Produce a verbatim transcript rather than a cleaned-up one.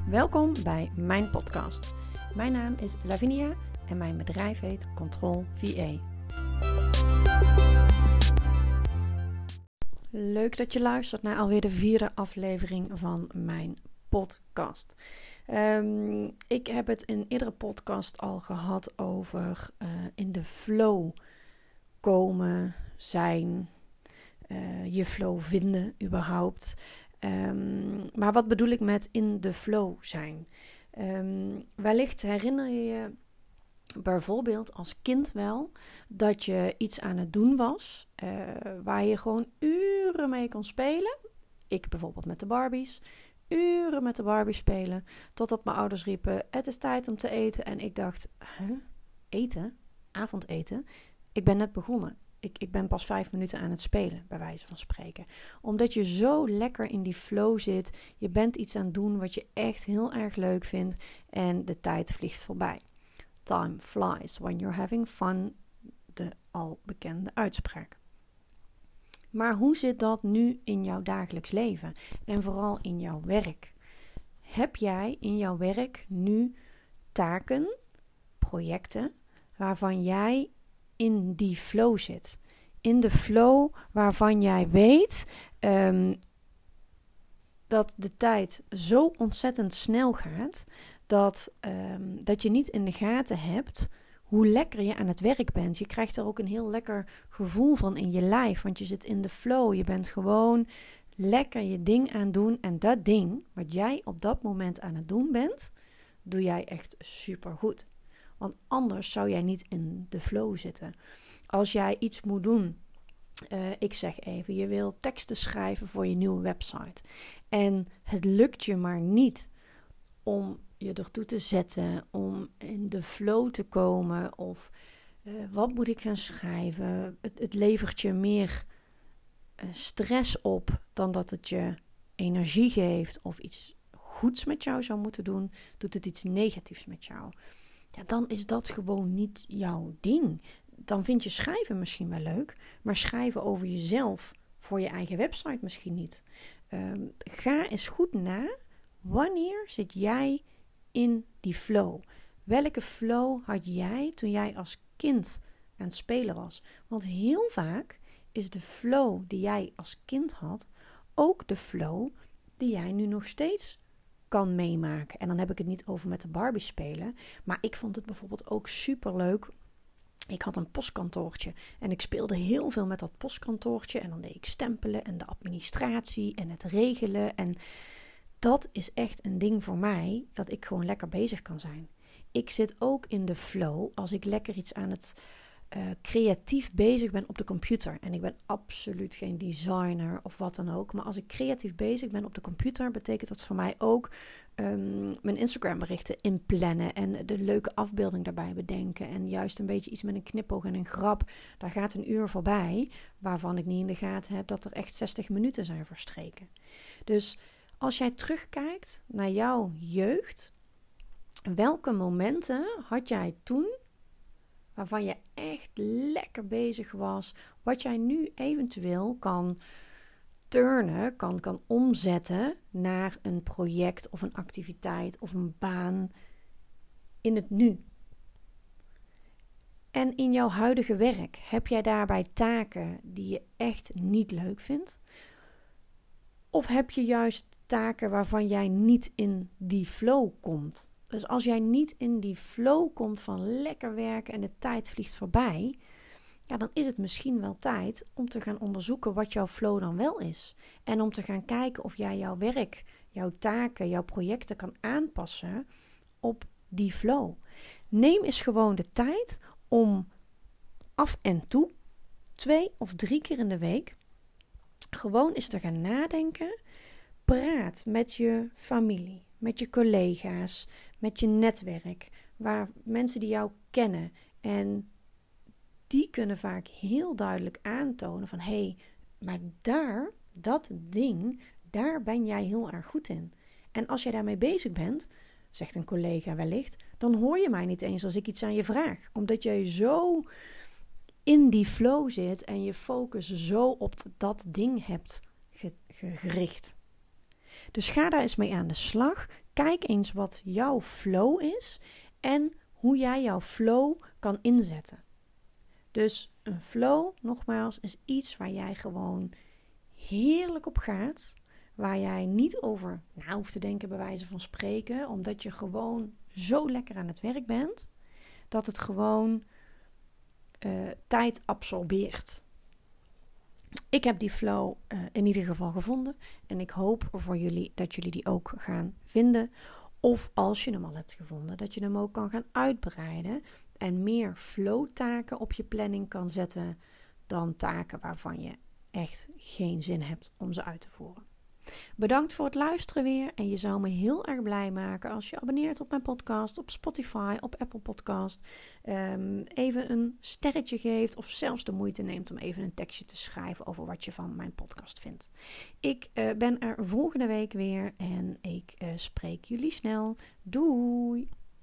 Welkom bij mijn podcast. Mijn naam is Lavinia en mijn bedrijf heet Control V A. Leuk dat je luistert naar alweer de vierde aflevering van mijn podcast. Um, ik heb het in eerdere podcast al gehad over uh, in de flow komen, zijn, uh, je flow vinden überhaupt. Um, maar wat bedoel ik met in de flow zijn? Um, wellicht herinner je je bijvoorbeeld als kind wel dat je iets aan het doen was uh, waar je gewoon uren mee kon spelen. Ik bijvoorbeeld met de Barbies. Uren met de Barbies spelen. Totdat mijn ouders riepen, het is tijd om te eten. En ik dacht, huh? Eten? Avondeten? Ik ben net begonnen. Ik, ik ben pas vijf minuten aan het spelen, bij wijze van spreken. Omdat je zo lekker in die flow zit. Je bent iets aan het doen wat je echt heel erg leuk vindt. En de tijd vliegt voorbij. Time flies when you're having fun. De al bekende uitspraak. Maar hoe zit dat nu in jouw dagelijks leven? En vooral in jouw werk? Heb jij in jouw werk nu taken, projecten, waarvan jij in die flow zit? In de flow waarvan jij weet um, dat de tijd zo ontzettend snel gaat, dat, um, dat je niet in de gaten hebt hoe lekker je aan het werk bent. Je krijgt er ook een heel lekker gevoel van in je lijf, want je zit in de flow. Je bent gewoon lekker je ding aan het doen. En dat ding, wat jij op dat moment aan het doen bent, doe jij echt supergoed. Want anders zou jij niet in de flow zitten. Als jij iets moet doen, uh, ik zeg even, je wil teksten schrijven voor je nieuwe website. En het lukt je maar niet om je ertoe te zetten, om in de flow te komen. Of uh, wat moet ik gaan schrijven? Het, het levert je meer uh, stress op dan dat het je energie geeft. Of iets goeds met jou zou moeten doen. Doet het iets negatiefs met jou? Ja, dan is dat gewoon niet jouw ding. Dan vind je schrijven misschien wel leuk, maar schrijven over jezelf voor je eigen website misschien niet. Um, ga eens goed na. Wanneer zit jij in die flow? Welke flow had jij toen jij als kind aan het spelen was? Want heel vaak is de flow die jij als kind had ook de flow die jij nu nog steeds kan meemaken. En dan heb ik het niet over met de Barbie spelen, maar ik vond het bijvoorbeeld ook super leuk. Ik had een postkantoortje en ik speelde heel veel met dat postkantoortje en dan deed ik stempelen en de administratie en het regelen. En dat is echt een ding voor mij, dat ik gewoon lekker bezig kan zijn. Ik zit ook in de flow als ik lekker iets aan het uh, creatief bezig ben op de computer. En ik ben absoluut geen designer of wat dan ook. Maar als ik creatief bezig ben op de computer, betekent dat voor mij ook um, mijn Instagram berichten inplannen en de leuke afbeelding daarbij bedenken. En juist een beetje iets met een knipoog en een grap. Daar gaat een uur voorbij, waarvan ik niet in de gaten heb dat er echt zestig minuten zijn verstreken. Dus als jij terugkijkt naar jouw jeugd, welke momenten had jij toen waarvan je echt lekker bezig was, wat jij nu eventueel kan turnen, kan, kan omzetten naar een project of een activiteit of een baan in het nu? En in jouw huidige werk, heb jij daarbij taken die je echt niet leuk vindt? Of heb je juist taken waarvan jij niet in die flow komt? Dus als jij niet in die flow komt van lekker werken en de tijd vliegt voorbij, ja, dan is het misschien wel tijd om te gaan onderzoeken wat jouw flow dan wel is. En om te gaan kijken of jij jouw werk, jouw taken, jouw projecten kan aanpassen op die flow. Neem eens gewoon de tijd om af en toe, twee of drie keer in de week, gewoon eens te gaan nadenken. Praat met je familie, met je collega's, met je netwerk, waar mensen die jou kennen. En die kunnen vaak heel duidelijk aantonen van, hé, hey, maar daar, dat ding, daar ben jij heel erg goed in. En als jij daarmee bezig bent, zegt een collega wellicht, dan hoor je mij niet eens als ik iets aan je vraag. Omdat jij zo in die flow zit en je focus zo op dat ding hebt ge- gericht. Dus ga daar eens mee aan de slag. kijk eens wat jouw flow is en hoe jij jouw flow kan inzetten. Dus een flow, nogmaals, is iets waar jij gewoon heerlijk op gaat. Waar jij niet over na hoeft te denken bij wijze van spreken. Omdat je gewoon zo lekker aan het werk bent. Dat het gewoon uh, tijd absorbeert. Ik heb die flow uh, in ieder geval gevonden. En ik hoop voor jullie dat jullie die ook gaan vinden. Of als je hem al hebt gevonden, dat je hem ook kan gaan uitbreiden. En meer flow-taken op je planning kan zetten dan taken waarvan je echt geen zin hebt om ze uit te voeren. Bedankt voor het luisteren weer. En je zou me heel erg blij maken als je abonneert op mijn podcast, op Spotify, op Apple Podcast. Um, even een sterretje geeft of zelfs de moeite neemt om even een tekstje te schrijven over wat je van mijn podcast vindt. Ik uh, ben er volgende week weer en ik uh, spreek jullie snel. Doei!